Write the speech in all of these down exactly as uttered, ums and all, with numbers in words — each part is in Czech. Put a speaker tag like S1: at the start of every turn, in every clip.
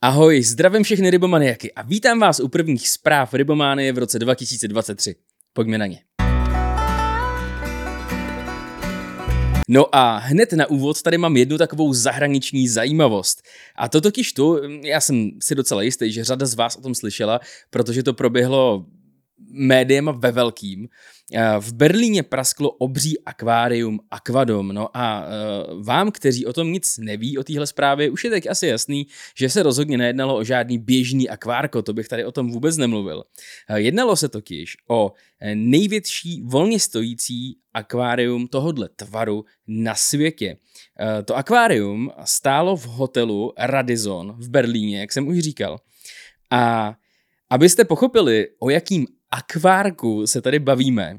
S1: Ahoj, zdravím všechny rybomaniaky a vítám vás u prvních zpráv Rybománie v roce dva tisíce dvacet tři. Pojďme na ně. No a hned na úvod tady mám jednu takovou zahraniční zajímavost. A to totiž tu, já jsem si docela jistý, že řada z vás o tom slyšela, protože to proběhlo médiema ve velkým. V Berlíně prasklo obří akvárium Aquadom. No a vám, kteří o tom nic neví, o téhle zprávě, už je teď asi jasný, že se rozhodně nejednalo o žádný běžný akvárko, to bych tady o tom vůbec nemluvil. Jednalo se totiž o největší volně stojící akvárium tohodle tvaru na světě. To akvárium stálo v hotelu Radisson v Berlíně, jak jsem už říkal. A abyste pochopili, o jakým akvárku se tady bavíme,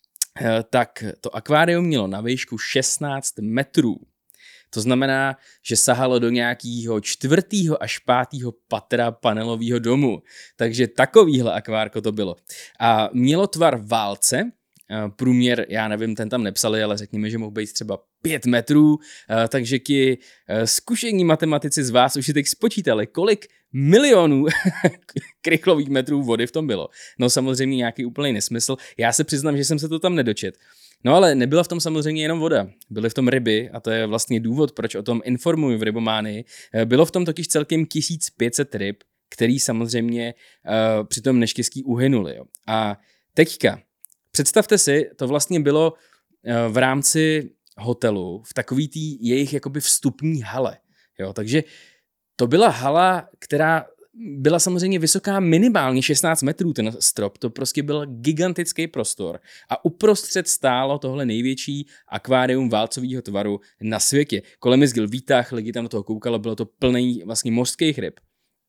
S1: tak to akvárium mělo na výšku šestnáct metrů. To znamená, že sahalo do nějakého čtvrtého až pátého patra panelového domu. Takže takovýhle akvárko to bylo. A mělo tvar válce, průměr, já nevím, ten tam nepsali, ale řekněme, že mohl být třeba pět metrů, takže ti zkušení matematici z vás už si teď spočítali, kolik milionů krychlových metrů vody v tom bylo. No samozřejmě nějaký úplný nesmysl. Já se přiznám, že jsem se to tam nedočet. No ale nebyla v tom samozřejmě jenom voda. Byly v tom ryby a to je vlastně důvod, proč o tom informuji v Rybománii. Bylo v tom totiž celkem tisíc pět set ryb, který samozřejmě uh, při tom neštěstí uhynuli. Jo. A teďka, představte si, to vlastně bylo uh, v rámci hotelu v takový tý jejich jakoby vstupní hale. Jo. Takže to byla hala, která byla samozřejmě vysoká minimálně šestnáct metrů, ten strop, to prostě byl gigantický prostor a uprostřed stálo tohle největší akvárium válcového tvaru na světě. Kolem jezdil výtah, lidi tam do toho koukalo, bylo to plný vlastně mořských ryb.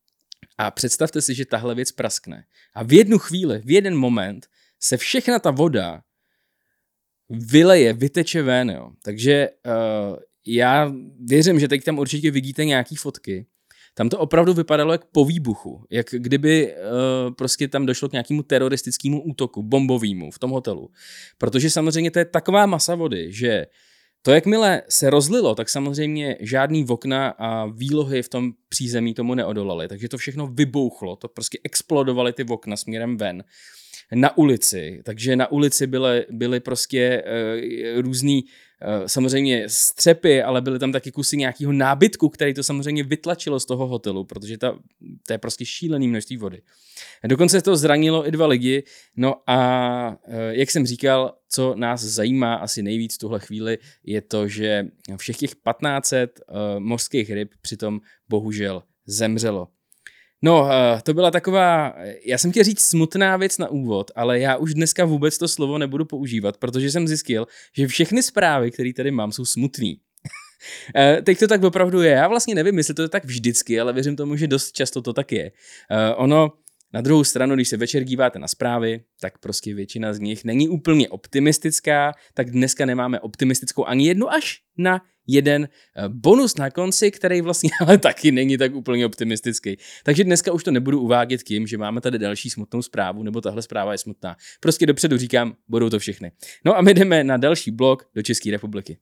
S1: A představte si, že tahle věc praskne. A v jednu chvíli, v jeden moment se všechna ta voda vyleje, vyteče ven. Jo. Takže uh, já věřím, že teď tam určitě vidíte nějaký fotky. Tam to opravdu vypadalo jak po výbuchu, jak kdyby uh, prostě tam došlo k nějakému teroristickému útoku, bombovému v tom hotelu. Protože samozřejmě to je taková masa vody, že to, jakmile se rozlilo, tak samozřejmě žádný okna a výlohy v tom přízemí tomu neodolaly. Takže to všechno vybouchlo, to prostě explodovaly ty okna směrem ven. Na ulici, takže na ulici byly, byly prostě uh, různý uh, samozřejmě střepy, ale byly tam taky kusy nějakého nábytku, který to samozřejmě vytlačilo z toho hotelu, protože ta, to je prostě šílený množství vody. Dokonce to zranilo i dva lidi, no a uh, jak jsem říkal, co nás zajímá asi nejvíc v tuhle chvíli, je to, že všech těch patnáct set uh, mořských ryb přitom bohužel zemřelo. No, to byla taková, já jsem chtěl říct smutná věc na úvod, ale já už dneska vůbec to slovo nebudu používat, protože jsem zjistil, že všechny zprávy, které tady mám, jsou smutný. Teď to tak opravdu je. Já vlastně nevím, jestli to je tak vždycky, ale věřím tomu, že dost často to tak je. Ono, na druhou stranu, když se večer díváte na zprávy, tak prostě většina z nich není úplně optimistická, tak dneska nemáme optimistickou ani jednu až na jeden bonus na konci, který vlastně ale taky není tak úplně optimistický. Takže dneska už to nebudu uvádět tím, že máme tady další smutnou zprávu, nebo tahle zpráva je smutná. Prostě dopředu říkám, budou to všechny. No a my jdeme na další blok do České republiky.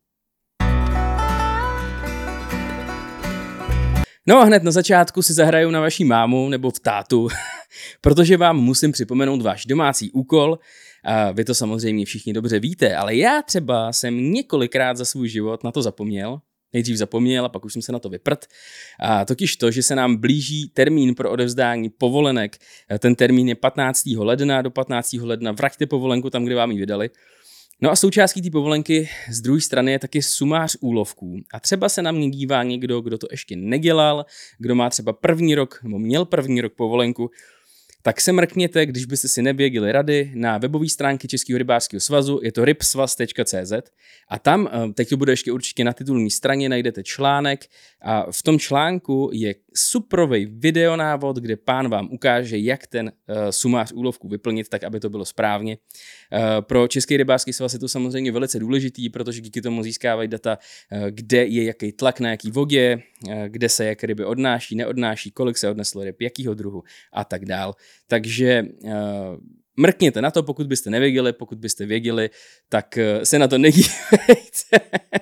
S1: No a hned na začátku si zahraju na vaší mámu nebo v tátu, protože vám musím připomenout váš domácí úkol. A vy to samozřejmě všichni dobře víte, ale já třeba jsem několikrát za svůj život na to zapomněl. Nejdřív zapomněl a pak už jsem se na to vyprt. A totiž to, že se nám blíží termín pro odevzdání povolenek. Ten termín je patnáctého ledna, do patnáctého ledna vraťte povolenku tam, kde vám ji vydali. No a součástí té povolenky z druhé strany je taky sumář úlovků. A třeba se na mě dívá někdo, kdo to ještě nedělal, kdo má třeba první rok, nebo měl první rok povolenku, tak se mrkněte, když byste si nevěděli rady, na webové stránky Českého rybářského svazu, je to rybsvaz tečka cé zet a tam, teď to bude ještě určitě na titulní straně, najdete článek a v tom článku je suprovej videonávod, kde pán vám ukáže, jak ten uh, sumář úlovku vyplnit, tak aby to bylo správně. Uh, pro Český rybářský svaz je to samozřejmě velice důležitý, protože díky tomu získávají data, uh, kde je jaký tlak na jaký vodě, uh, kde se jak ryby odnáší, neodnáší, kolik se odneslo ryb, jakýho druhu a tak dál. Takže uh, mrkněte na to, pokud byste nevěděli, pokud byste věděli, tak se na to nedívejte.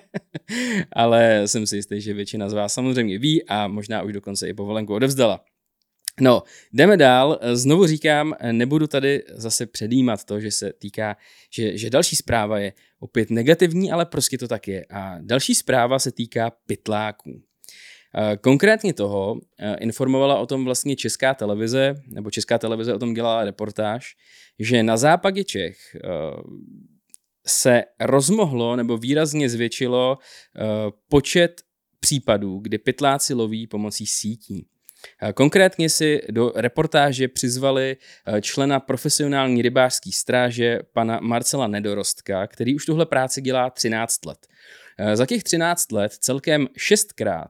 S1: Ale jsem si jistý, že většina z vás samozřejmě ví a možná už dokonce i povolenku odevzdala. No, jdeme dál. Znovu říkám, nebudu tady zase předjímat to, že se týká, že, že další zpráva je opět negativní, ale prostě to tak je. A další zpráva se týká pytláků. Konkrétně toho informovala o tom vlastně Česká televize, nebo Česká televize o tom dělala reportáž, že na západě Čech se rozmohlo nebo výrazně zvětšilo počet případů, kdy pytláci loví pomocí sítí. Konkrétně si do reportáže přizvali člena profesionální rybářské stráže pana Marcela Nedorostka, který už tuhle práci dělá třináct let. Za těch třináct let celkem šestkrát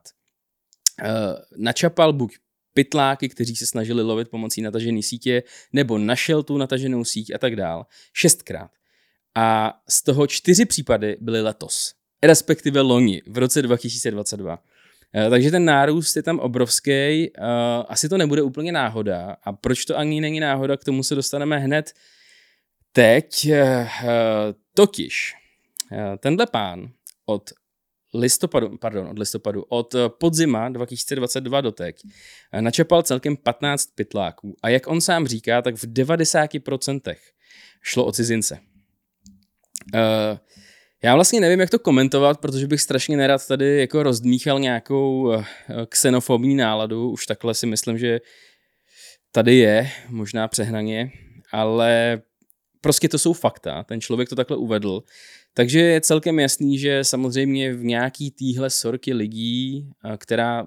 S1: načapal buď pytláky, kteří se snažili lovit pomocí natažené sítě, nebo našel tu nataženou síť a tak dál. Šestkrát. A z toho čtyři případy byly letos, respektive loni, v roce dva tisíce dvacet dva. Takže ten nárůst je tam obrovský, asi to nebude úplně náhoda. A proč to ani není náhoda, k tomu se dostaneme hned teď. Totiž tenhle pán od listopadu, pardon, od listopadu, od podzima dva tisíce dvacet dva do teď načapal celkem patnáct pytláků. A jak on sám říká, tak v devadesáti procentech šlo o cizince. Uh, já vlastně nevím, jak to komentovat, protože bych strašně nerad tady jako rozdmíchal nějakou uh, xenofobní náladu. Už takhle si myslím, že tady je, možná přehnaně, ale prostě to jsou fakta. Ten člověk to takhle uvedl. Takže je celkem jasný, že samozřejmě v nějaký týhle sorky lidí, uh, která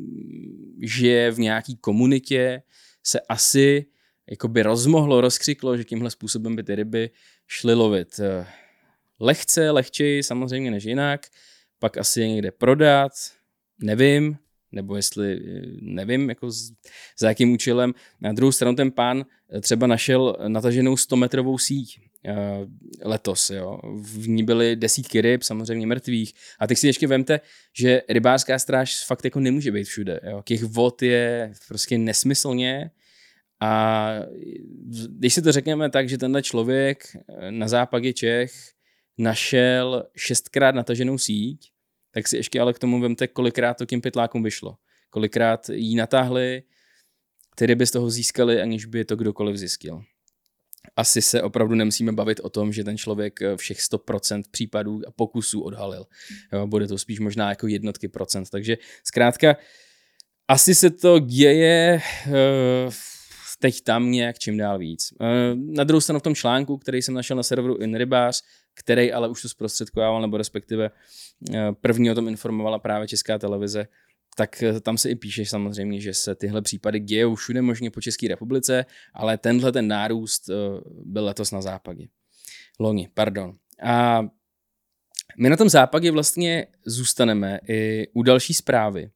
S1: žije v nějaký komunitě, se asi jakoby rozmohlo, rozkřiklo, že tímhle způsobem by ty ryby šly lovit lehce, lehčeji, samozřejmě než jinak, pak asi je někde prodat, nevím, nebo jestli, nevím, jako z, za jakým účelem. Na druhou stranu ten pán třeba našel nataženou stometrovou síť letos, jo. V ní byly desítky ryb, samozřejmě mrtvých. A teď si ještě vemte, že rybářská stráž fakt jako nemůže být všude, jo. Těch vod je prostě nesmyslně. A když si to řekneme tak, že tenhle člověk na západě Čech našel šestkrát nataženou síť, tak si ještě ale k tomu vemte, kolikrát to těm pytlákům vyšlo. Kolikrát jí natáhli, ty ryby z toho získali, aniž by to kdokoliv zjistil. Asi se opravdu nemusíme bavit o tom, že ten člověk všech sto procent případů a pokusů odhalil. Jo, bude to spíš možná jako jednotky procent. Takže zkrátka, asi se to děje uh, teď tam nějak čím dál víc. Na druhou stranu v tom článku, který jsem našel na serveru InRybář, který ale už to zprostředkovával, nebo respektive první o tom informovala právě Česká televize, tak tam se i píše samozřejmě, že se tyhle případy dějou všude možně po České republice, ale tenhle ten nárůst byl letos na západě. Loni, pardon. A my na tom západě vlastně zůstaneme i u další zprávy.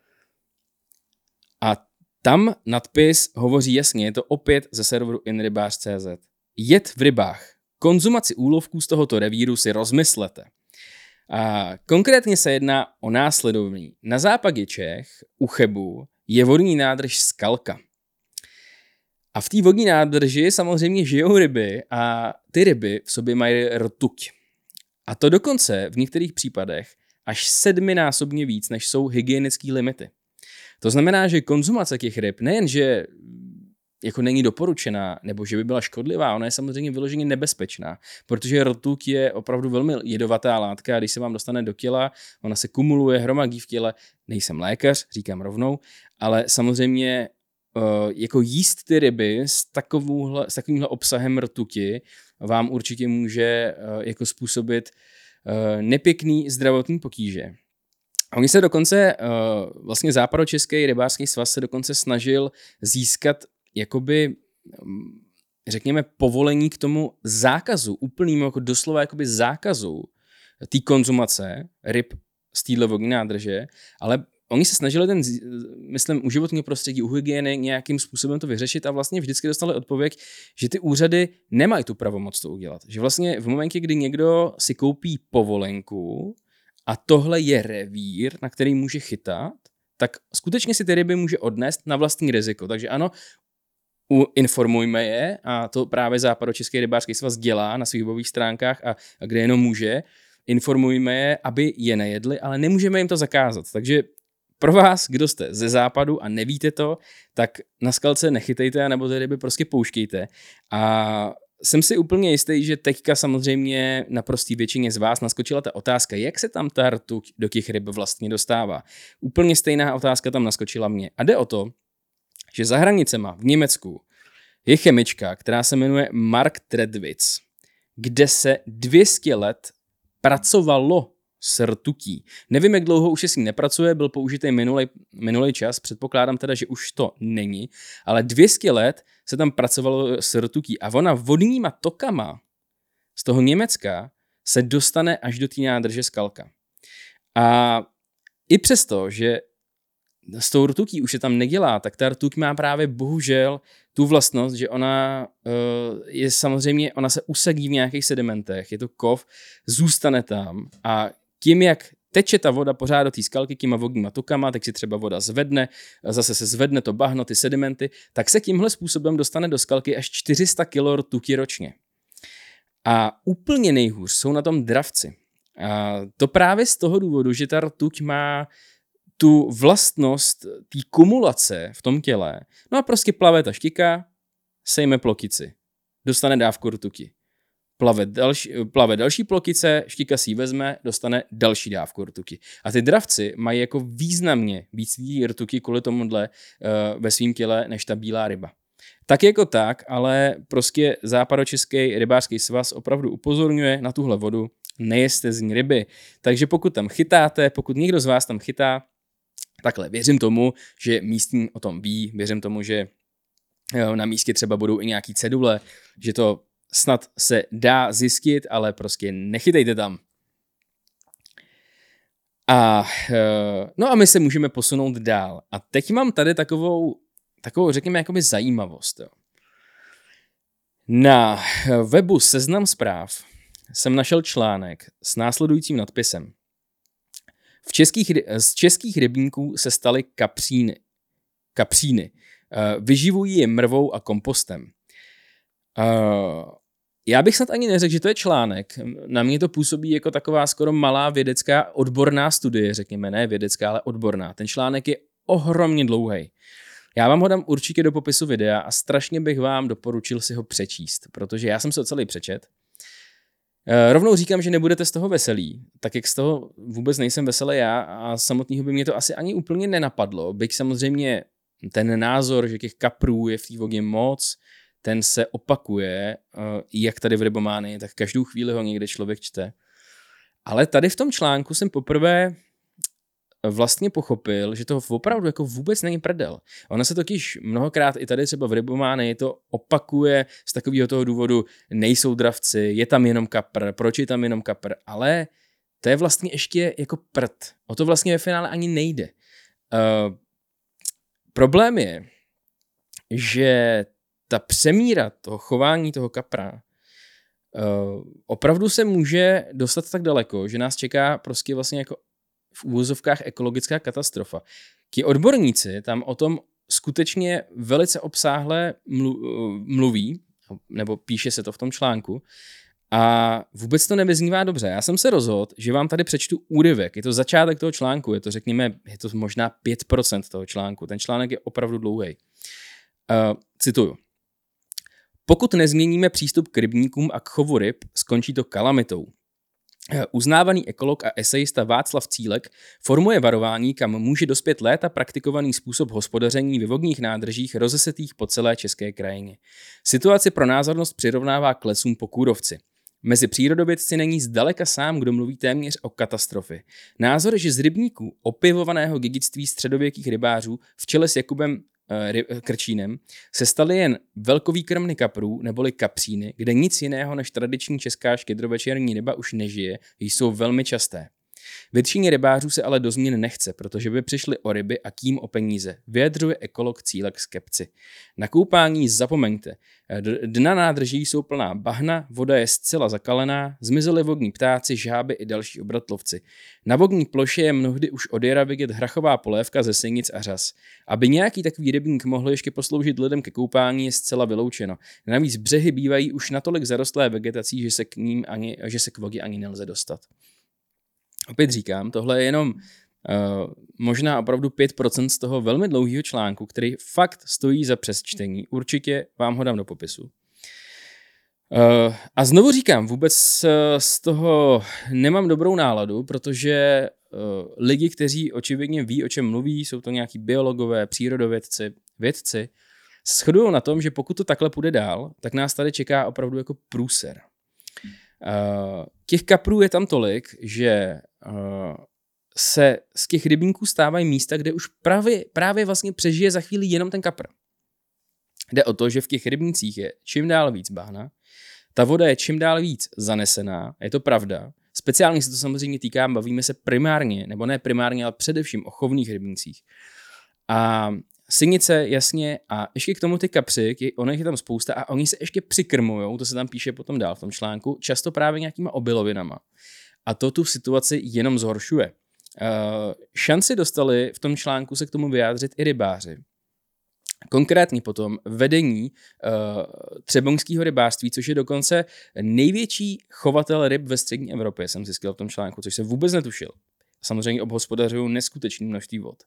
S1: A tam nadpis hovoří jasně, je to opět ze serveru inrybář tečka cé zet. Jed v rybách. Konzumaci úlovků z tohoto revíru si rozmyslete. A konkrétně se jedná o následovný. Na západě Čech, u Chebu, je vodní nádrž Skalka. A v té vodní nádrži samozřejmě žijou ryby a ty ryby v sobě mají rtuť. A to dokonce v některých případech až sedminásobně víc, než jsou hygienické limity. To znamená, že konzumace těch ryb nejenže jako není doporučená, nebo že by byla škodlivá, ona je samozřejmě vyloženě nebezpečná, protože rtuť je opravdu velmi jedovatá látka a když se vám dostane do těla, ona se kumuluje, hromadí v těle. Nejsem lékař, říkám rovnou, ale samozřejmě jako jíst ty ryby s, takovouhle, s takovýmhle obsahem rtuti vám určitě může jako způsobit nepěkný zdravotní potíže. Oni se dokonce, vlastně Západočeský rybářský svaz se dokonce snažil získat jakoby, řekněme, povolení k tomu zákazu, úplným jako doslova jakoby zákazu té konzumace ryb z téhle vodní nádrže, ale oni se snažili ten, myslím, u životního prostředí, u hygieny nějakým způsobem to vyřešit a vlastně vždycky dostali odpověď, že ty úřady nemají tu pravomoc to udělat. Že vlastně v momentě, kdy někdo si koupí povolenku a tohle je revír, na který může chytat, tak skutečně si ty ryby může odnést na vlastní riziko. Takže ano, Informujme je, a to právě Západočeský rybářský svaz dělá na svých webových stránkách a, a kde jenom může. Informujme je, aby je nejedli, ale nemůžeme jim to zakázat. Takže pro vás, kdo jste ze západu a nevíte to, tak na skalce nechytejte, nebo ty ryby prostě pouštějte. A jsem si úplně jistý, že teďka samozřejmě na prostý většině z vás naskočila ta otázka, jak se tam ta rtuť do těch ryb vlastně dostává. Úplně stejná otázka tam naskočila mě. A jde o to, že za hranicema v Německu je chemička, která se jmenuje Mark Tredwitz, kde se dvě stě let pracovalo s rtutí. Nevím, jak dlouho už se s ní nepracuje, byl použitý minulý, minulý čas, předpokládám teda, že už to není, ale dvě stě let se tam pracovalo s rtutí a ona vodníma tokama z toho Německa se dostane až do té nádrže Skalka. A i přesto, že s tou rtutí už se tam nedělá, tak ta rtuť má právě bohužel tu vlastnost, že ona uh, je samozřejmě, ona se usadí v nějakých sedimentech, je to kov, zůstane tam a tím, jak teče ta voda pořád do té skalky těma vodníma tokama, tak si třeba voda zvedne, zase se zvedne to bahno, ty sedimenty, tak se tímhle způsobem dostane do skalky až čtyři sta kilo rtuti ročně. A úplně nejhůř jsou na tom dravci. A to právě z toho důvodu, že ta rtuť má tu vlastnost té kumulace v tom těle. No a prostě plave ta štika, sejme plokici. Dostane dávku rtuti. Plave další, plave další plokice, štika si ji vezme, dostane další dávku rtuti. A ty dravci mají jako významně víc rtuti kvůli tomuhle uh, ve svém těle než ta bílá ryba. Tak jako tak, ale prostě Západočeský rybářský svaz opravdu upozorňuje na tuhle vodu, nejeste z ní ryby. Takže pokud tam chytáte, pokud někdo z vás tam chytá, takhle, věřím tomu, že místní o tom ví, věřím tomu, že na místě třeba budou i nějaký cedule, že to snad se dá zjistit, ale prostě nechytejte tam. A, no a my se můžeme posunout dál. A teď mám tady takovou, takovou řekněme, jakoby zajímavost. Jo. Na webu Seznam zpráv jsem našel článek s následujícím nadpisem. V českých, z českých rybníků se staly kapříny. Kapříny. Vyživují je mrvou a kompostem. Já bych snad ani neřekl, že to je článek. Na mě to působí jako taková skoro malá vědecká odborná studie, řekněme, ne vědecká, ale odborná. Ten článek je ohromně dlouhý. Já vám ho dám určitě do popisu videa a strašně bych vám doporučil si ho přečíst, protože já jsem se ho celý přečet. Rovnou říkám, že nebudete z toho veselí, tak jak z toho vůbec nejsem veselý já a samotného by mě to asi ani úplně nenapadlo, byť samozřejmě ten názor, že těch kaprů je v té vodě moc, ten se opakuje, jak tady v Rybománii, tak každou chvíli ho někde člověk čte. Ale tady v tom článku jsem poprvé vlastně pochopil, že to opravdu jako vůbec není prdel. Ona se totiž mnohokrát i tady třeba v Rybománii to opakuje z takového toho důvodu, nejsou dravci, je tam jenom kapr, proč je tam jenom kapr, ale to je vlastně ještě jako prd. O to vlastně ve finále ani nejde. Uh, problém je, že ta přemíra toho chování toho kapra uh, opravdu se může dostat tak daleko, že nás čeká prostě vlastně jako v úvozovkách ekologická katastrofa. Ti odborníci tam o tom skutečně velice obsáhle mluví, nebo píše se to v tom článku, a vůbec to nevyznívá dobře. Já jsem se rozhodl, že vám tady přečtu úryvek. Je to začátek toho článku, je to řekněme, je to možná pět procent toho článku. Ten článek je opravdu dlouhý. Uh, cituju. Pokud nezměníme přístup k rybníkům a k chovu ryb, skončí to kalamitou. Uznávaný ekolog a esejista Václav Cílek formuje varování, kam může dospět léta praktikovaný způsob hospodaření ve vodních nádržích rozesetých po celé české krajině. Situaci pro názornost přirovnává k lesům po kůrovci. Mezi přírodovědci není zdaleka sám, kdo mluví téměř o katastrofě. Názor, že z rybníků opěvovaného dědictví středověkých rybářů v čele s Jakubem Krčínem se staly jen velkovýkrmny kaprů neboli kapříny, kde nic jiného než tradiční česká štědrovečerní ryba už nežije, jsou velmi časté. Většině rybářů se ale do změn nechce, protože by přišli o ryby a tím o peníze. Vyjadřuje ekolog Cílek z Kepci. Na koupání zapomeňte. Dna nádrží jsou plná bahna, voda je zcela zakalená, zmizely vodní ptáci, žáby i další obratlovci. Na vodní ploše je mnohdy už od jara vidět hrachová polévka ze sinic a řas. Aby nějaký takový rybník mohl ještě posloužit lidem ke koupání, je zcela vyloučeno. Navíc břehy bývají už natolik zarostlé vegetací, že se k ním ani, že se k vodě ani nelze dostat. Opět říkám, tohle je jenom uh, možná opravdu pět procent z toho velmi dlouhého článku, který fakt stojí za přečtení. Určitě vám ho dám do popisu. Uh, a znovu říkám, vůbec uh, z toho nemám dobrou náladu, protože uh, lidi, kteří očividně ví, o čem mluví, jsou to nějaký biologové, přírodovědci, vědci, shodují na tom, že pokud to takhle půjde dál, tak nás tady čeká opravdu jako průser. Uh, těch kaprů je tam tolik, že uh, se z těch rybníků stávají místa, kde už právě, právě vlastně přežije za chvíli jenom ten kapr. Jde o to, že v těch rybnících je čím dál víc bahna, ta voda je čím dál víc zanesená, je to pravda. Speciálně se to samozřejmě týká, bavíme se primárně, nebo ne primárně, ale především o chovných rybnících. A sinice, jasně, a ještě k tomu ty kapři, ono je tam spousta a oni se ještě přikrmujou, to se tam píše potom dál v tom článku, často právě nějakýma obilovinama. A to tu situaci jenom zhoršuje. Uh, šanci dostali v tom článku se k tomu vyjádřit i rybáři. Konkrétně potom vedení uh, třeboňského rybářství, což je dokonce největší chovatel ryb ve střední Evropě, jsem zjistil v tom článku, což jsem vůbec netušil. Samozřejmě obhospodařují neskutečné množství vod.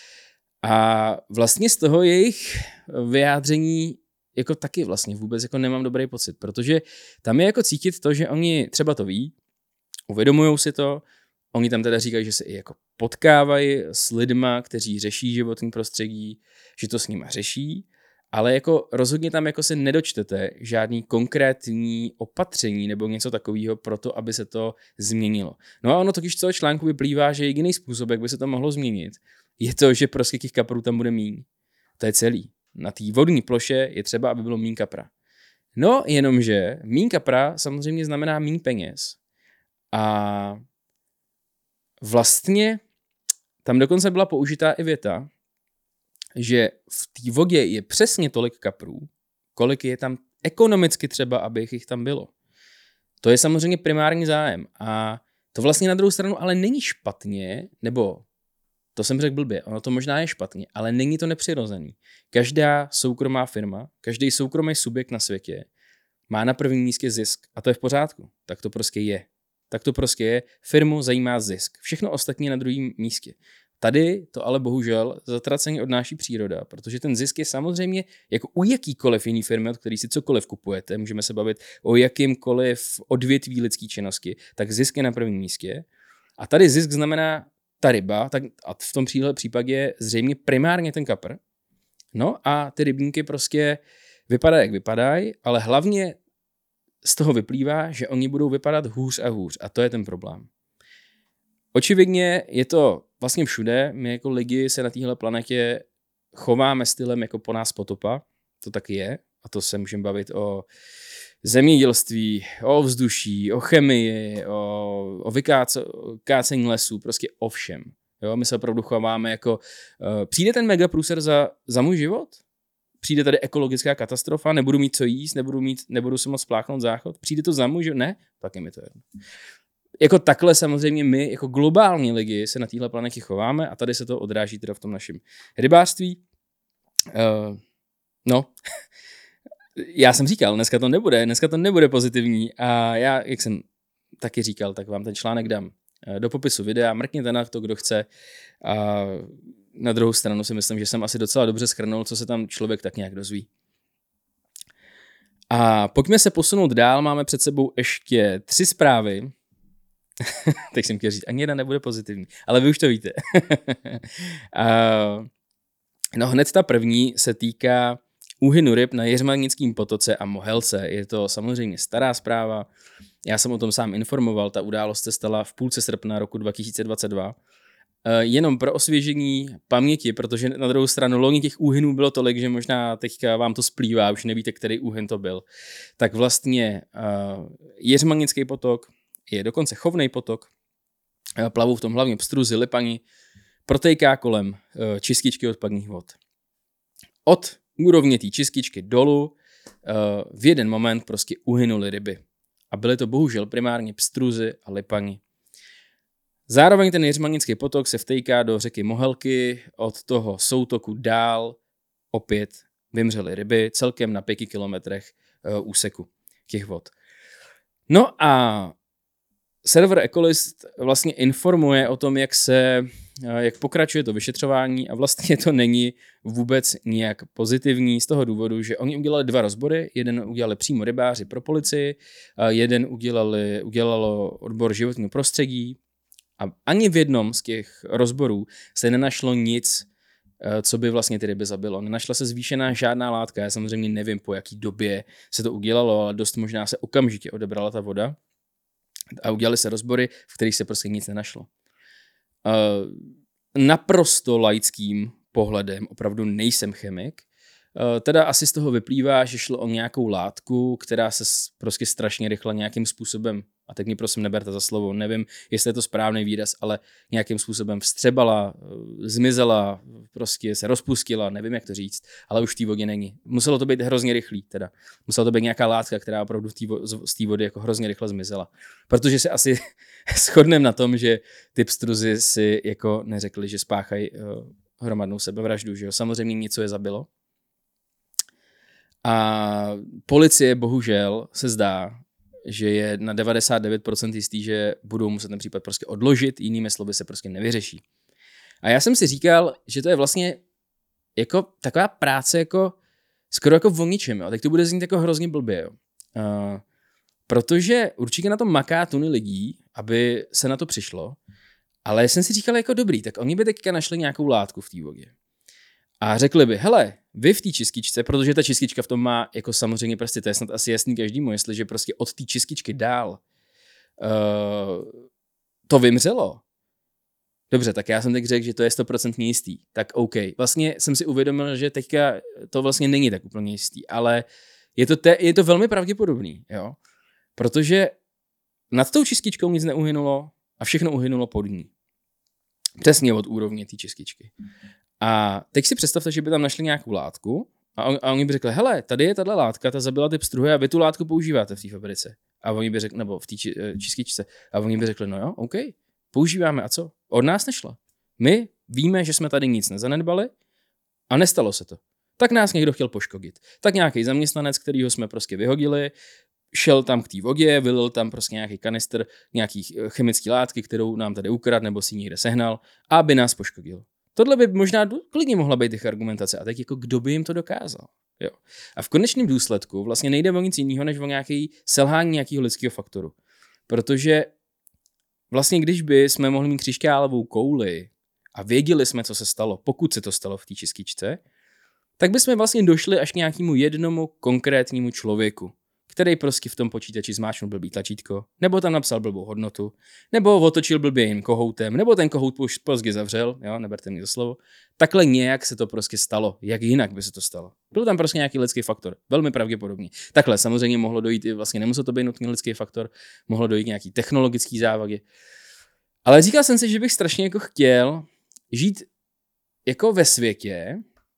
S1: A vlastně z toho jejich vyjádření jako taky vlastně vůbec jako nemám dobrý pocit, protože tam je jako cítit to, že oni třeba to ví, uvědomujou si to, oni tam teda říkají, že se i jako potkávají s lidma, kteří řeší životní prostředí, že to s nima řeší, ale jako rozhodně tam jako se nedočtete žádný konkrétní opatření nebo něco takového pro to, aby se to změnilo. No a ono totiž z toho článku vyplývá, že jediný způsob, jak by se to mohlo změnit, je to, že prostě těch kaprů tam bude míň. To je celý. Na té vodní ploše je třeba, aby bylo míň kapra. No, jenomže míň kapra samozřejmě znamená míň peněz. A vlastně tam dokonce byla použitá i věta, že v té vodě je přesně tolik kaprů, kolik je tam ekonomicky třeba, aby jich tam bylo. To je samozřejmě primární zájem. A to vlastně na druhou stranu ale není špatně, nebo to jsem řekl blbě, ono to možná je špatně, ale není to nepřirozený. Každá soukromá firma, každý soukromý subjekt na světě má na prvním místě zisk a to je v pořádku. Tak to prostě je. Tak to prostě je. Firmu zajímá zisk. Všechno ostatní na druhém místě. Tady to ale bohužel zatraceně odnáší příroda, protože ten zisk je samozřejmě jako u jakýkoliv jiný firmy, od který si cokoliv kupujete, můžeme se bavit o jakýmkoliv odvětví lidské činnosti, tak zisk je na prvním místě. A tady zisk znamená ta ryba, tak a v tom případě zřejmě primárně ten kapr. No a ty rybníky prostě vypadají, jak vypadají, ale hlavně z toho vyplývá, že oni budou vypadat hůř a hůř a to je ten problém. Očividně je to vlastně všude, my jako lidi se na téhle planetě chováme stylem jako po nás potopa, to tak je a to se můžeme bavit o zemědělství, o vzduší, o chemii, o, o vykácení lesů, prostě o všem. Jo, my se opravdu chováme jako, uh, přijde ten megaprůser za, za můj život? Přijde tady ekologická katastrofa, nebudu mít co jíst, nebudu, mít, nebudu si moc spláchnout záchod? Přijde to za můj život? Ne? Tak je mi to jedno. Jako takhle samozřejmě my, jako globální lidi, se na téhle planetě chováme a tady se to odráží teda v tom našem rybářství. Uh, no, já jsem říkal, dneska to nebude, dneska to nebude pozitivní a já, jak jsem taky říkal, tak vám ten článek dám do popisu videa, mrkněte na to, kdo chce a na druhou stranu si myslím, že jsem asi docela dobře shrnul, co se tam člověk tak nějak dozví. A pojďme se posunout dál, máme před sebou ještě tři zprávy. Tak jsem chtěl říct, ani jedna nebude pozitivní, ale vy už to víte. a, no hned ta první se týká úhynu ryb na Jeřmanickém potoce a Mohelce. Je to samozřejmě stará zpráva, já jsem o tom sám informoval, ta událost se stala v půlce srpna roku dva tisíce dvacet dva. E, jenom pro osvěžení paměti, protože na druhou stranu loni těch úhynů bylo tolik, že možná teďka vám to splývá, už nevíte, který úhyn to byl. Tak vlastně e, Jeřmanický potok je dokonce chovnej potok, plavou v tom hlavně pstruzy, lipani, protéká kolem čističky odpadních vod. Od úrovně té čističky dolů v jeden moment prostě uhynuly ryby. A byly to bohužel primárně pstruzy a lipani. Zároveň ten Jiřmanický potok se vtejká do řeky Mohelky, od toho soutoku dál opět vymřely ryby, celkem na pěti kilometrech úseku těch vod. No a server Ecolist vlastně informuje o tom, jak se, jak pokračuje to vyšetřování a vlastně to není vůbec nijak pozitivní z toho důvodu, že oni udělali dva rozbory, jeden udělali přímo rybáři pro policii, jeden udělali, udělalo odbor životního prostředí a ani v jednom z těch rozborů se nenašlo nic, co by vlastně ty ryby zabilo. Nenašla se zvýšená žádná látka, já samozřejmě nevím, po jaký době se to udělalo, ale dost možná se okamžitě odebrala ta voda a udělali se rozbory, v kterých se prostě nic nenašlo. Uh, naprosto laickým pohledem, opravdu nejsem chemik, uh, teda asi z toho vyplývá, že šlo o nějakou látku, která se prostě strašně rychle nějakým způsobem, a teď mě prosím neberte za slovo, nevím, jestli je to správný výraz, ale nějakým způsobem vstřebala, zmizela, prostě se rozpustila, nevím, jak to říct, ale už v té vodě není. Muselo to být hrozně rychlý, teda. Musela to být nějaká látka, která opravdu v vo- z té vody jako hrozně rychle zmizela. Protože se asi shodneme na tom, že ty pstruzy si jako neřekli, že spáchají uh, hromadnou sebevraždu, že jo. Samozřejmě něco je zabilo. A policie bohužel se zdá, že je na devadesát devět procent jistý, že budou muset ten případ prostě odložit, jinými slovy se prostě nevyřeší. A já jsem si říkal, že to je vlastně jako taková práce jako skoro jako o ničem, jo. Tak to bude znít jako hrozně blbě, jo. Uh, protože určitě na tom maká tuny lidí, aby se na to přišlo, ale jsem si říkal jako dobrý, tak oni by teďka našli nějakou látku v té vodě. A řekli by, hele, vy v té čističce, protože ta čistička v tom má jako samozřejmě prostě, to je snad asi jasný každému, jestliže prostě od té čističky dál uh, to vymřelo. Dobře, tak já jsem teď řekl, že to je sto procent jistý. Tak OK. Vlastně jsem si uvědomil, že teďka to vlastně není tak úplně jistý, ale je to, te, je to velmi pravděpodobný, jo? Protože nad tou čističkou nic neuhynulo a všechno uhynulo pod ní. Přesně od úrovně té čističky. A teď si představte, že by tam našli nějakou látku a, on, a oni by řekli, hele, tady je tato látka, ta zabila ty pstruhy a vy tu látku používáte v té fabrice. A oni by řekli, nebo v té či, čističce. A oni by řekli, no jo, OK, používáme a co? Od nás nešla. My víme, že jsme tady nic nezanedbali a nestalo se to. Tak nás někdo chtěl poškodit. Tak nějaký zaměstnanec, kterýho jsme prostě vyhodili, šel tam k té vodě, vylil tam prostě nějaký kanistr, nějaký chemický látky, kterou nám tady ukradl nebo si někde sehnal, aby nás poškodil. Tohle by možná klidně mohla být těch argumentace. A tak jako kdo by jim to dokázal? Jo. A v konečném důsledku vlastně nejde o nic jiného, než o nějaký selhání nějakého lidského faktoru. Protože vlastně když by jsme mohli mít křišťálovou kouli a věděli jsme, co se stalo, pokud se to stalo v té čističce, tak bychom vlastně došli až k nějakému jednomu konkrétnímu člověku, který prostě v tom počítači zmáčknul blbý tlačítko, nebo tam napsal blbou hodnotu, nebo otočil blbě jim kohoutem, nebo ten kohout pozdě zavřel, jo, neberte mi za slovo. Takhle nějak se to prostě stalo, jak jinak by se to stalo. Byl tam prostě nějaký lidský faktor, velmi pravděpodobně. Takhle samozřejmě mohlo dojít i vlastně nemuselo to být nutný lidský faktor, mohlo dojít nějaký technologický závady. Ale říkal jsem si, že bych strašně jako chtěl žít jako ve světě,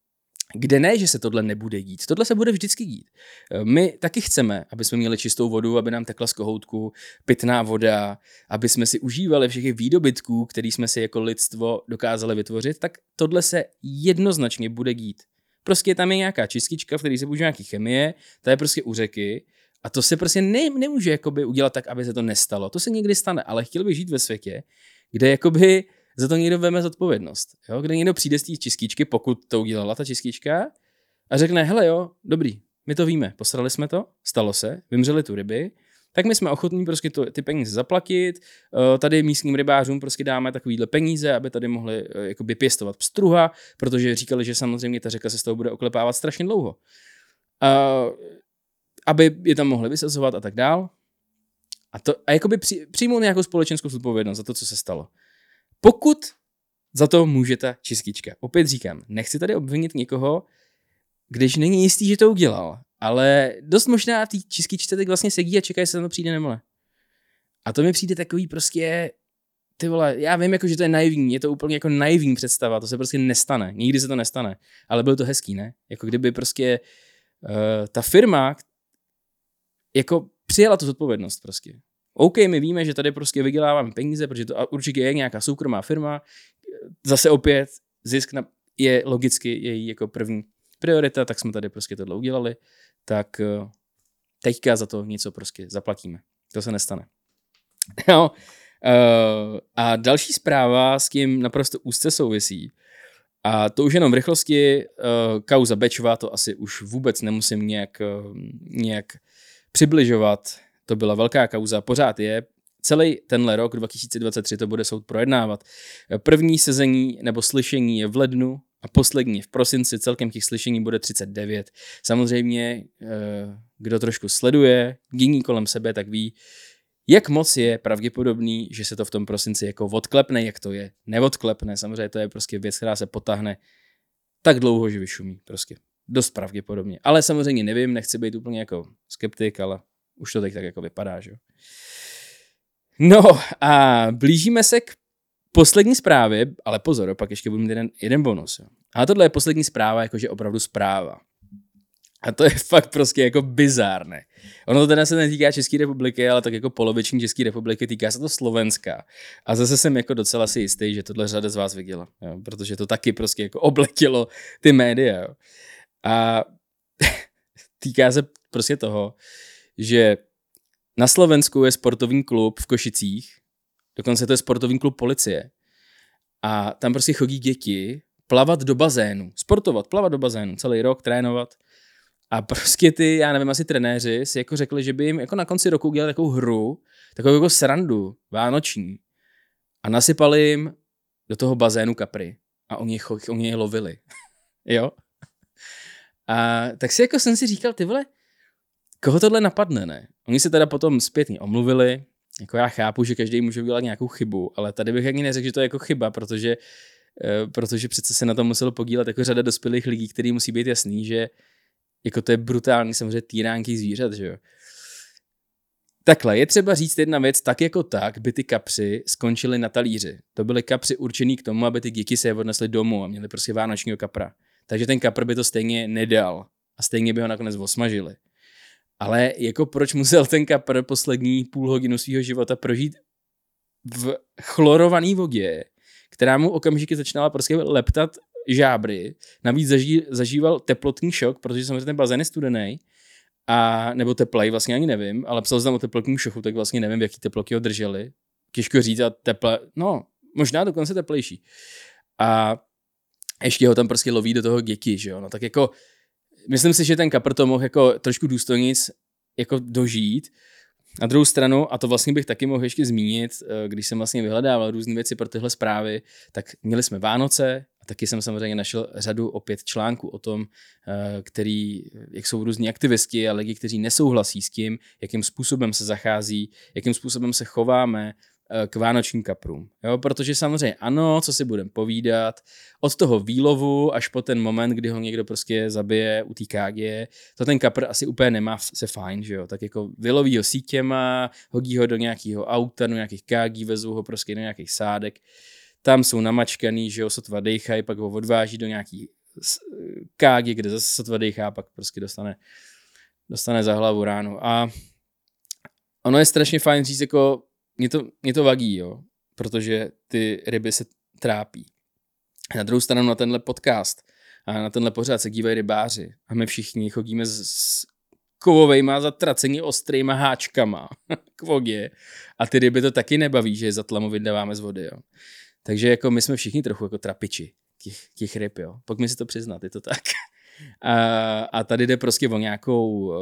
S1: kde ne, že se tohle nebude dít. Tohle se bude vždycky dít. My taky chceme, aby jsme měli čistou vodu, aby nám tekla z kohoutku pitná voda, aby jsme si užívali všech výdobytků, který jsme si jako lidstvo dokázali vytvořit, tak tohle se jednoznačně bude dít. Prostě tam je nějaká čistička, v které se používá nějaký chemie, ta je prostě u řeky a to se prostě ne, nemůže jakoby udělat tak, aby se to nestalo. To se někdy stane, ale chtěl bych žít ve světě, kde jakoby za to někdo veme zodpovědnost. Jo? Kde někdo přijde z té čističky, pokud to udělala ta čistička, a řekne, hele jo, dobrý, my to víme, posrali jsme to, stalo se, vymřeli tu ryby, tak my jsme ochotní prostě to, ty peníze zaplatit, tady místním rybářům prostě dáme takovýhle peníze, aby tady mohli jakoby pěstovat pstruha, protože říkali, že samozřejmě ta řeka se z toho bude oklepávat strašně dlouho. A, aby je tam mohli vysazovat a tak dál. A, to, a jakoby při, přijmout nějakou společenskou zodpovědnost za to, co se stalo. Pokud za to může ta čistička. Opět říkám, nechci tady obvinit někoho, když není jistý, že to udělal, ale dost možná ty čističce teď vlastně sedí a čekají, jestli tam to přijde nebo ne. A to mi přijde takový prostě ty vole, já vím, jako, že to je naivní, je to úplně jako naivní představa, to se prostě nestane, nikdy se to nestane, ale bylo to hezký, ne? Jako kdyby prostě uh, ta firma jako přijala tu zodpovědnost prostě. OK, my víme, že tady prostě vyděláváme peníze, protože to určitě je nějaká soukromá firma, zase opět zisk na, je logicky její jako první priorita, tak jsme tady prostě tohle udělali, tak uh, teďka za to něco prostě zaplatíme. To se nestane. No, uh, a další zpráva s tím naprosto úzce souvisí. A to už jenom v rychlosti, uh, kauza Bečva, to asi už vůbec nemusím nějak, uh, nějak přibližovat. To byla velká kauza, pořád je. Celý tenhle rok, dva tisíce dvacet tři, to bude soud projednávat. První sezení nebo slyšení je v lednu a poslední v prosinci, celkem těch slyšení bude třicet devět. Samozřejmě, kdo trošku sleduje dění kolem sebe, tak ví, jak moc je pravděpodobný, že se to v tom prosinci jako odklepne, jak to je. Neodklepne, samozřejmě to je prostě věc, která se potáhne tak dlouho, že vyšumí. Prostě dost pravděpodobně. Ale samozřejmě nevím, nechci být úplně jako skeptik, ale už to teď tak jako vypadá, že jo. No a blížíme se k poslední zprávě, ale pozor, pak ještě budu mít jeden, jeden bonus. Jo. A tohle je poslední zpráva, jakože opravdu zpráva. A to je fakt prostě jako bizárné. Ono to teda se netýká České republiky, ale tak jako poloviční České republiky, týká se to Slovenska. A zase jsem jako docela si jistý, že tohle řada z vás viděla, jo, protože to taky prostě jako obletělo ty média. Jo. A týká se prostě toho, že na Slovensku je sportovní klub v Košicích, dokonce to je sportovní klub policie. A tam prostě chodí děti plavat do bazénu, sportovat, plavat do bazénu, celý rok trénovat. A prostě ty, já nevím, asi trenéři si jako řekli, že by jim jako na konci roku udělali takovou hru, takovou jako srandu, vánoční. A nasypali jim do toho bazénu kapry. A oni, oni je lovili. Jo? A tak si jako jsem si říkal, ty vole, koho tohle napadne, ne? Oni se teda potom zpětně omluvili, jako já chápu, že každý může udělat nějakou chybu, ale tady bych ani neřekl, že to je jako chyba, protože, uh, protože přece se na tom muselo podílet jako řada dospělých lidí, který musí být jasný, že jako to je brutální samozřejmě týránky zvířat, že jo. Takhle, je třeba říct jedna věc, tak jako tak by ty kapři skončily na talíři. To byly kapři určený k tomu, aby ty děti se je odnesly domů a měli prostě vánočního kapra. Takže ten kapr by to stejně nedal a stejně by ho nakonec osmažili. Ale jako proč musel ten kapr poslední půl hodinu svého života prožít v chlorované vodě, která mu okamžitě začínala prostě leptat žábry, navíc zaží, zažíval teplotní šok, protože samozřejmě ten bazén je studený, a nebo teplej, vlastně ani nevím, ale psal jsem o teplotním šoku, tak vlastně nevím, v jaký teploky ho drželi. Těžko říct, a teple, no, možná dokonce teplejší. A ještě ho tam prostě loví do toho děti, že jo, no tak jako myslím si, že ten kapr to mohl jako trošku důstojnic jako dožít. Na druhou stranu, a to vlastně bych taky mohl ještě zmínit, když jsem vlastně vyhledával různé věci pro tyhle zprávy, tak měli jsme Vánoce a taky jsem samozřejmě našel řadu opět článků o tom, který, jak jsou různí aktivisti a lidi, kteří nesouhlasí s tím, jakým způsobem se zachází, jakým způsobem se chováme k vánočním kaprům. Jo, protože samozřejmě ano, co si budeme povídat, od toho výlovu až po ten moment, kdy ho někdo prostě zabije u té kágie, to ten kapr asi úplně nemá se fajn, že jo, tak jako vyloví ho sítěma, hodí ho do nějakého auta, do nějakých kágí, vezou ho prostě do nějakých sádek, tam jsou namačkaný, že jo, sotva dejchají, pak ho odváží do nějaký kágy, kde zase sotva dejchá, pak prostě dostane, dostane za hlavu ránu. A ono je strašně fajn říct jako Mě to, mě to vadí, jo, protože ty ryby se trápí. Na druhou stranu na tenhle podcast a na tenhle pořád se dívají rybáři a my všichni chodíme s, s kovovejma zatraceně ostrýma háčkama k vodě a ty ryby to taky nebaví, že je za tlamu vydáváme z vody, jo. Takže jako my jsme všichni trochu jako trapiči těch, těch ryb, jo. Pak mi si to přiznat, je to tak. A, a tady jde prostě o nějakou...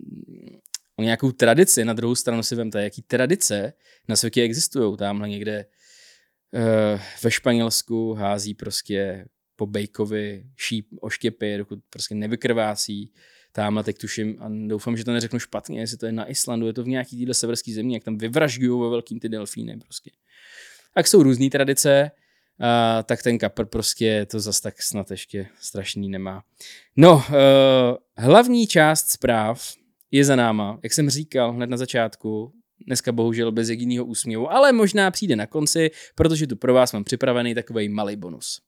S1: o nějakou tradici, na druhou stranu si vemte, jaký tradice na světě existují. Tamhle někde uh, ve Španělsku hází prostě po bejkovi šíp oštěpy, dokud prostě nevykrvácí. Tamhle teď tuším, a doufám, že to neřeknu špatně, jestli to je na Islandu, je to v nějaký téhle severský zemi, jak tam vyvražďují ve velkým ty delfíny prostě. Tak jsou různý tradice, uh, tak ten kapr prostě to zas tak snad ještě strašný nemá. No, uh, hlavní část zpráv je za náma, jak jsem říkal hned na začátku, dneska bohužel bez jediného úsměvu, ale možná přijde na konci, protože tu pro vás mám připravený takovej malý bonus.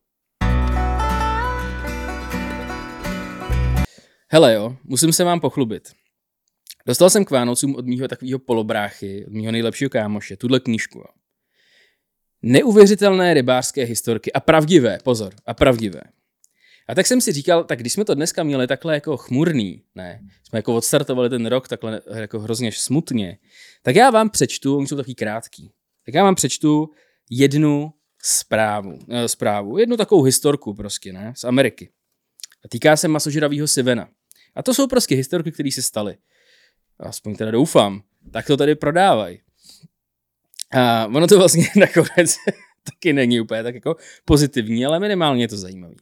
S1: Hele jo, musím se vám pochlubit. Dostal jsem k Vánocům od mýho takového polobráchy, od mýho nejlepšího kámoše, tuhle knížku. Jo. Neuvěřitelné rybářské historky a pravdivé, pozor, a pravdivé. A tak jsem si říkal, tak když jsme to dneska měli takhle jako chmurný, ne, jsme jako odstartovali ten rok takhle jako hrozně smutně, tak já vám přečtu, oni jsou taky krátký, tak já vám přečtu jednu zprávu, eh, zprávu, jednu takovou historku prostě, ne, z Ameriky. A týká se masožravýho Sivena. A to jsou prostě historky, které se staly. Aspoň teda doufám. Tak to tady prodávají. A ono to vlastně nakonec taky není úplně tak jako pozitivní, ale minimálně je to zajímavý.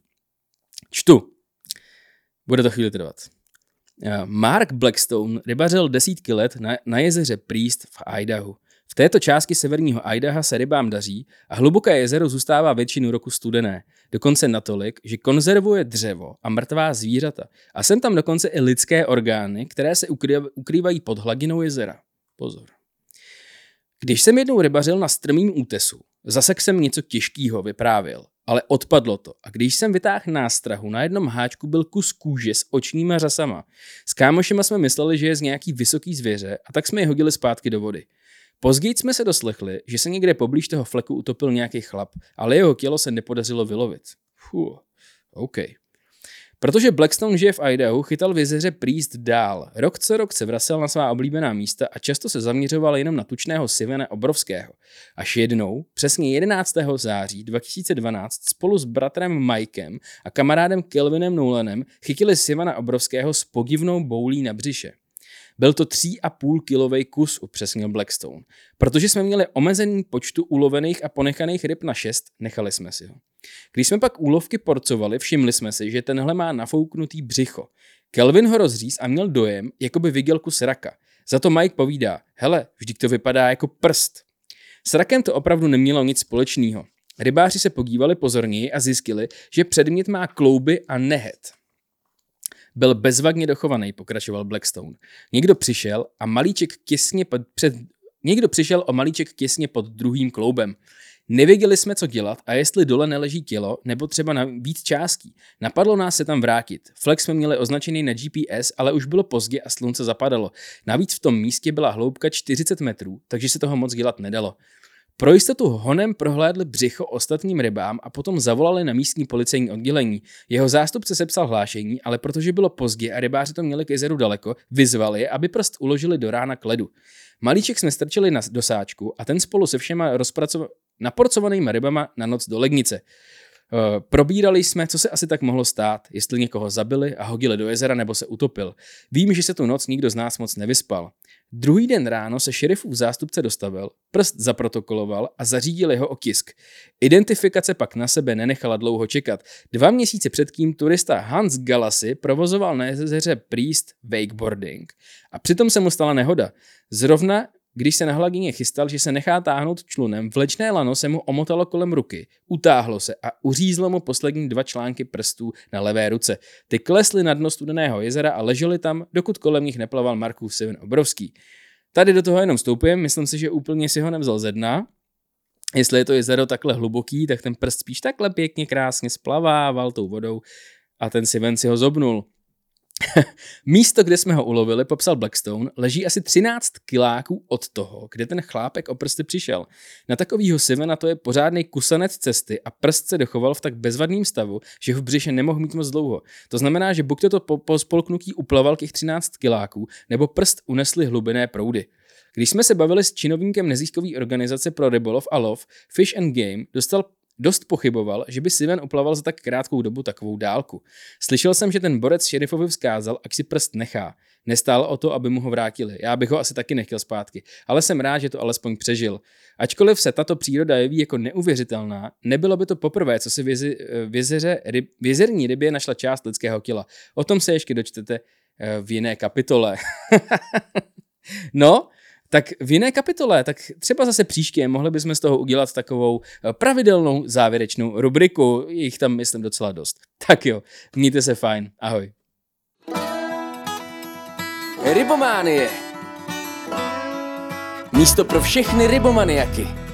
S1: Čtu. Bude to chvíli trvat. Mark Blackstone rybařil desítky let na, na jezeře Priest v Idahu. V této části severního Idaha se rybám daří a hluboké jezero zůstává většinu roku studené. Dokonce natolik, že konzervuje dřevo a mrtvá zvířata. A sem tam dokonce i lidské orgány, které se ukrývají pod hladinou jezera. Pozor. Když jsem jednou rybařil na strmým útesu, zasek jsem něco těžkýho, vyprávěl, ale odpadlo to. A když jsem vytáhl nástrahu, na jednom háčku byl kus kůže s očníma řasama. S kámošema jsme mysleli, že je z nějaký vysoký zvěře a tak jsme je hodili zpátky do vody. Později jsme se doslechli, že se někde poblíž toho fleku utopil nějaký chlap, ale jeho tělo se nepodařilo vylovit. Fuh, OK. Protože Blackstone žije v Idahu, chytal v jezeře Priest dál. Rok co rok se vracel na svá oblíbená místa a často se zaměřoval jenom na tučného Sivena obrovského. Až jednou, přesně jedenáctého září dva tisíce dvanáct, spolu s bratrem Mikem a kamarádem Kelvinem Nolanem chytili Sivena obrovského s podivnou boulí na břiše. Byl to tří a půl kilovej kus, upřesnil Blackstone. Protože jsme měli omezený počtu ulovených a ponechaných ryb na šest, nechali jsme si ho. Když jsme pak úlovky porcovali, všimli jsme si, že tenhle má nafouknutý břicho. Kelvin ho rozříz a měl dojem, jako by viděl kus raka. Za to Mike povídá, hele, vždyť to vypadá jako prst. S rakem to opravdu nemělo nic společného. Rybáři se podívali pozorněji a zjistili, že předmět má klouby a nehet. Byl bezvadně dochovaný, pokračoval Blackstone. Někdo přišel a malíček těsně pod, před, někdo přišel o malíček těsně pod druhým kloubem. Nevěděli jsme, co dělat a jestli dole neleží tělo, nebo třeba na víc částí. Napadlo nás se tam vrátit. Flex jsme měli označený na G P S, ale už bylo pozdě a slunce zapadalo. Navíc v tom místě byla hloubka čtyřicet metrů, takže se toho moc dělat nedalo. Pro jistotu honem prohlédli břicho ostatním rybám a potom zavolali na místní policejní oddělení. Jeho zástupce sepsal hlášení, ale protože bylo pozdě a rybáři to měli k jezeru daleko, vyzvali je, aby prst uložili do rána k ledu. Malíček jsme strčili na dosáčku a ten spolu se všema rozpracova- naporcovanýma rybama na noc do lednice. Uh, probírali jsme, co se asi tak mohlo stát, jestli někoho zabili a hodili do jezera nebo se utopil. Vím, že se tu noc nikdo z nás moc nevyspal. Druhý den ráno se šerifův zástupce dostavil, prst zaprotokoloval a zařídil jeho otisk. Identifikace pak na sebe nenechala dlouho čekat. Dva měsíce předtím turista Hans Galassi provozoval na jezeře Priest wakeboarding a přitom se mu stala nehoda. Zrovna když se na hladině chystal, že se nechá táhnout člunem, vlečné lano se mu omotalo kolem ruky, utáhlo se a uřízlo mu poslední dva články prstů na levé ruce. Ty klesly na dno studeného jezera a ležely tam, dokud kolem nich neplaval Markův Siven obrovský. Tady do toho jenom vstoupím, myslím si, že úplně si ho nevzal ze dna. Jestli je to jezero takhle hluboký, tak ten prst spíš takhle pěkně krásně splavával tou vodou a ten Siven si ho zobnul. Místo, kde jsme ho ulovili, popsal Blackstone, leží asi třináct kiláků od toho, kde ten chlápek o prsty přišel. Na takovýho Sivena to je pořádnej kusanec cesty a prst se dochoval v tak bezvadným stavu, že ho v břiše nemohl mít moc dlouho. To znamená, že buď to po, po spolknutí uplaval těch třináct kiláků, nebo prst unesly hlubinné proudy. Když jsme se bavili s činovníkem neziskové organizace pro rybolov a lov Fish and Game, dostal Dost pochyboval, že by Siven uplaval za tak krátkou dobu takovou dálku. Slyšel jsem, že ten borec šerifovi vzkázal, ať si prst nechá. Nestálo o to, aby mu ho vrátili. Já bych ho asi taky nechtěl zpátky, ale jsem rád, že to alespoň přežil. Ačkoliv se tato příroda jeví jako neuvěřitelná, nebylo by to poprvé, co si v, jezi, v, jezeře, ryb, v jezerní rybě našla část lidského těla. O tom se ještě dočtete v jiné kapitole. No, tak v jiné kapitole, tak třeba zase příště mohli bychom z toho udělat takovou pravidelnou závěrečnou rubriku. Je jich tam, myslím, docela dost. Tak jo, mějte se fajn. Ahoj. Rybománie.
S2: Místo pro všechny rybomaniaky.